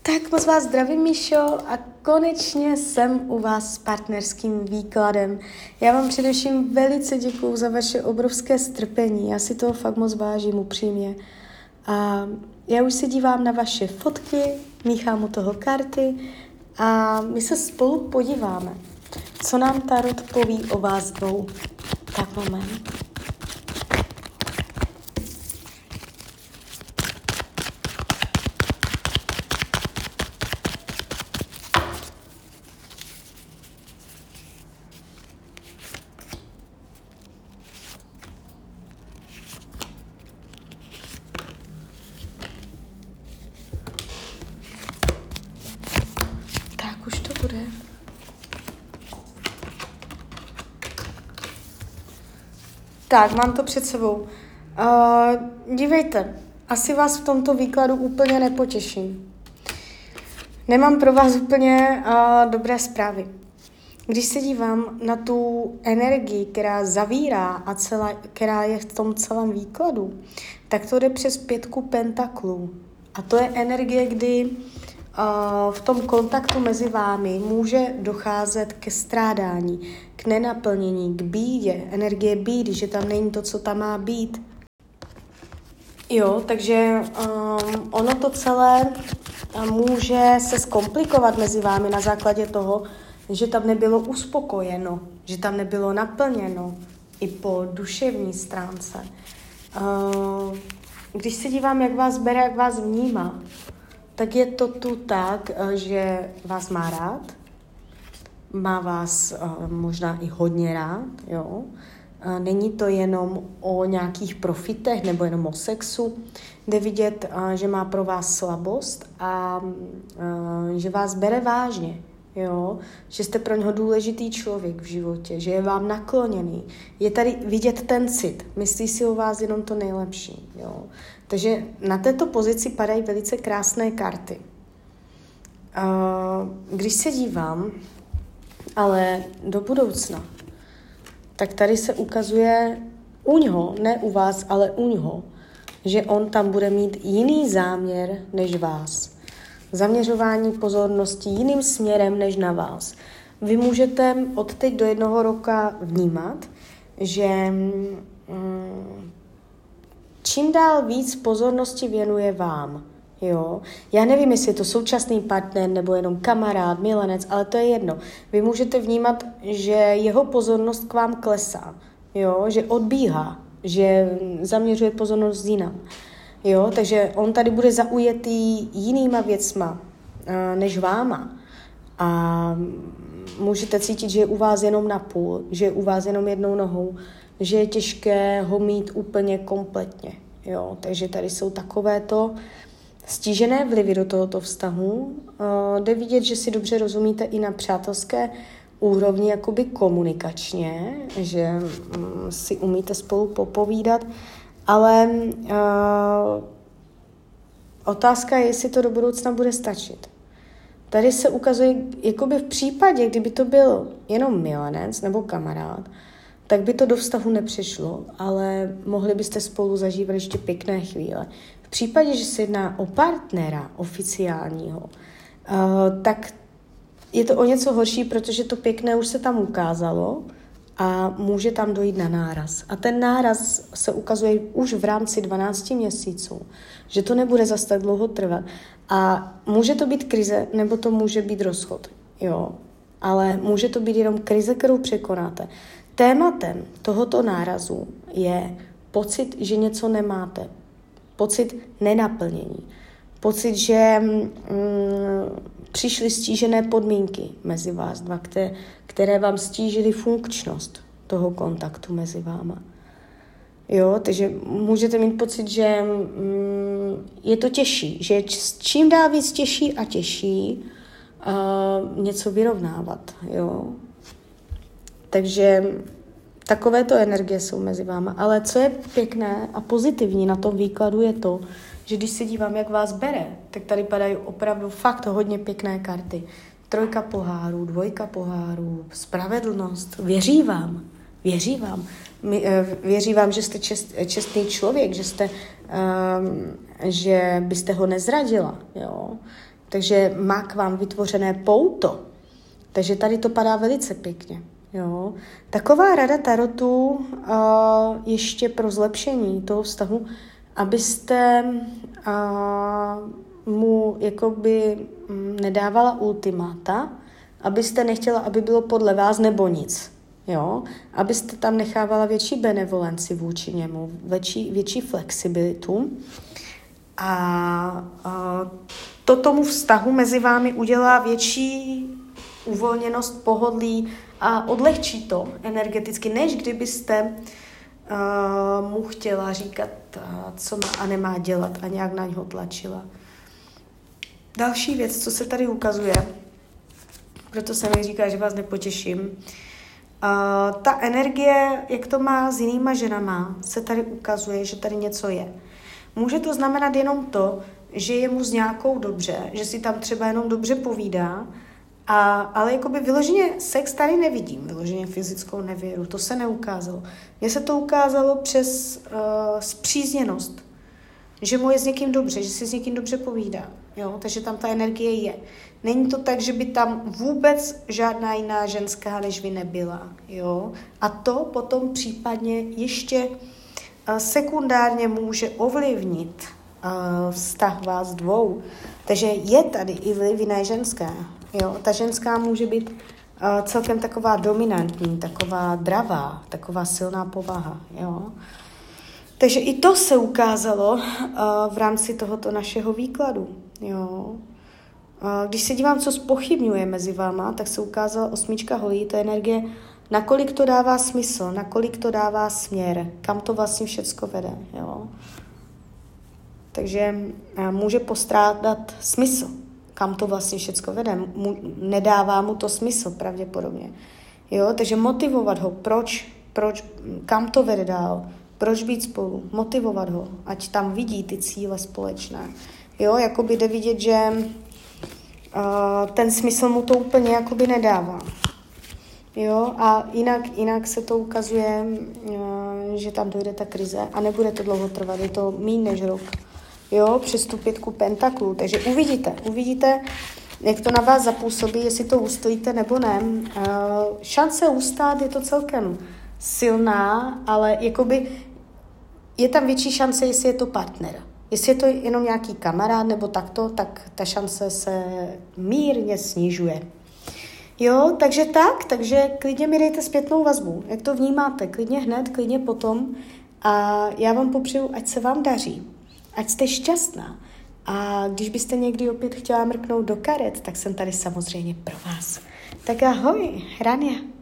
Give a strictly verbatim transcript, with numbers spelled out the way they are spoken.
Tak moc vás zdravím, Míšo, a konečně jsem u vás s partnerským výkladem. Já vám především velice děkuju za vaše obrovské strpení, já si toho fakt moc vážím upřímně. A já už se dívám na vaše fotky, míchám u toho karty a my se spolu podíváme, co nám tarot poví o vás dvou. Tak moment. Už to bude. Tak, mám to před sebou. Uh, dívejte, asi vás v tomto výkladu úplně nepotěším. Nemám pro vás úplně uh, dobré zprávy. Když se dívám na tu energii, která zavírá a celá, která je v tom celém výkladu, tak to jde přes pětku pentaklů. A to je energie, kdy Uh, v tom kontaktu mezi vámi může docházet ke strádání, k nenaplnění, k bídě, energie bídy, že tam není to, co tam má být. Jo, takže um, ono to celé může se zkomplikovat mezi vámi na základě toho, že tam nebylo uspokojeno, že tam nebylo naplněno i po duševní stránce. Uh, když se dívám, jak vás bere, jak vás vnímá, tak je to tu tak, že vás má rád, má vás uh, možná i hodně rád, jo. Uh, není to jenom o nějakých profitech nebo jenom o sexu. Jde vidět, uh, že má pro vás slabost a uh, že vás bere vážně, jo. Že jste pro něho důležitý člověk v životě, že je vám nakloněný. Je tady vidět ten cit, myslí si o vás jenom to nejlepší, jo. Takže na této pozici padají velice krásné karty. Když se dívám, ale do budoucna, tak tady se ukazuje u něho, ne u vás, ale u něho, že on tam bude mít jiný záměr než vás. Zaměřování pozornosti jiným směrem než na vás. Vy můžete od teď do jednoho roka vnímat, že mm, čím dál víc pozornosti věnuje vám. Jo? Já nevím, jestli je to současný partner nebo jenom kamarád, milenec, ale to je jedno. Vy můžete vnímat, že jeho pozornost k vám klesá, jo? Že odbíhá, že zaměřuje pozornost jinam. Jo? Takže on tady bude zaujetý jinýma věcma než váma. A můžete cítit, že je u vás jenom na půl, že je u vás jenom jednou nohou, že je těžké ho mít úplně kompletně. Jo? Takže tady jsou takovéto stížené vlivy do tohoto vztahu. Uh, jde vidět, že si dobře rozumíte i na přátelské úrovni, jakoby komunikačně, že um, si umíte spolu popovídat, ale uh, otázka je, jestli to do budoucna bude stačit. Tady se ukazuje, jakoby v případě, kdyby to byl jenom milenec nebo kamarád, tak by to do vztahu nepřišlo, ale mohli byste spolu zažívat ještě pěkné chvíle. V případě, že se jedná o partnera oficiálního, uh, tak je to o něco horší, protože to pěkné už se tam ukázalo a může tam dojít na náraz. A ten náraz se ukazuje už v rámci dvanácti měsíců, že to nebude zas tak dlouho trvat. A může to být krize, nebo to může být rozchod, jo. Ale může to být jenom krize, kterou překonáte. Tématem tohoto nárazu je pocit, že něco nemáte. Pocit nenaplnění. Pocit, že mm, přišly stížené podmínky mezi vás dva, které, které vám stížily funkčnost toho kontaktu mezi váma. Jo, takže můžete mít pocit, že mm, je to těžší, že čím dál víc těžší a těžší uh, něco vyrovnávat, jo. Takže takovéto energie jsou mezi váma. Ale co je pěkné a pozitivní na tom výkladu je to, že když se dívám, jak vás bere, tak tady padají opravdu fakt hodně pěkné karty. Trojka pohárů, dvojka pohárů, spravedlnost. Věří vám, věří vám. Věří vám, že jste čest, čestný člověk, že, jste, um, že byste ho nezradila. Jo? takže má k vám vytvořené pouto. Takže tady to padá velice pěkně. Jo. Taková rada tarotu uh, ještě pro zlepšení toho vztahu, abyste uh, mu jakoby um, nedávala ultimáta, abyste nechtěla, aby bylo podle vás nebo nic. Jo? Abyste tam nechávala větší benevolenci vůči němu, větší, větší flexibilitu. A, a to tomu vztahu mezi vámi udělá větší uvolněnost, pohodlí a odlehčí to energeticky, než kdybyste uh, mu chtěla říkat, uh, co má a nemá dělat a nějak na něho tlačila. Další věc, co se tady ukazuje, proto se mi říká, že vás nepotěším, uh, ta energie, jak to má s jinýma ženama, se tady ukazuje, že tady něco je. Může to znamenat jenom to, že je mu s nějakou dobře, že si tam třeba jenom dobře povídá, a, ale jakoby vyloženě sex tady nevidím, vyloženě fyzickou nevěru, to se neukázalo. Mně se to ukázalo přes uh, spřízněnost, že mu je s někým dobře, že si s někým dobře povídá, jo? Takže tam ta energie je. Není to tak, že by tam vůbec žádná jiná ženská než vy nebyla, jo? A to potom případně ještě uh, sekundárně může ovlivnit uh, vztah vás dvou. Takže je tady i vliv jiné ženské. Jo, ta ženská může být uh, celkem taková dominantní, taková dravá, taková silná povaha. Jo. Takže i to se ukázalo uh, v rámci tohoto našeho výkladu. Jo. Uh, když se dívám, co zpochybňuje mezi váma, tak se ukázala osmička holí, to je energie, nakolik to dává smysl, nakolik to dává směr, kam to vlastně všecko vede. Jo. Takže uh, může postrádat smysl, kam to vlastně všecko vede. Mu, nedává mu to smysl pravděpodobně. Jo? Takže motivovat ho, proč, proč, kam to vede dál, proč být spolu, motivovat ho, ať tam vidí ty cíle společné. Jo? Jakoby jde vidět, že uh, ten smysl mu to úplně jakoby nedává. Jo? A jinak, jinak se to ukazuje, uh, že tam dojde ta krize a nebude to dlouho trvat, je to míň než rok. Jo, přes tu pětku pentaklů. Takže uvidíte, uvidíte, jak to na vás zapůsobí, jestli to ustojíte nebo ne. Uh, šance ustát je to celkem silná, ale jakoby je tam větší šance, jestli je to partner. Jestli je to jenom nějaký kamarád nebo takto, tak ta šance se mírně snižuje. Jo, takže tak, takže klidně mi dejte zpětnou vazbu. Jak to vnímáte? Klidně hned, klidně potom. A já vám popřeju, ať se vám daří. Ať jste šťastná. A když byste někdy opět chtěla mrknout do karet, tak jsem tady samozřejmě pro vás. Tak ahoj, Rania.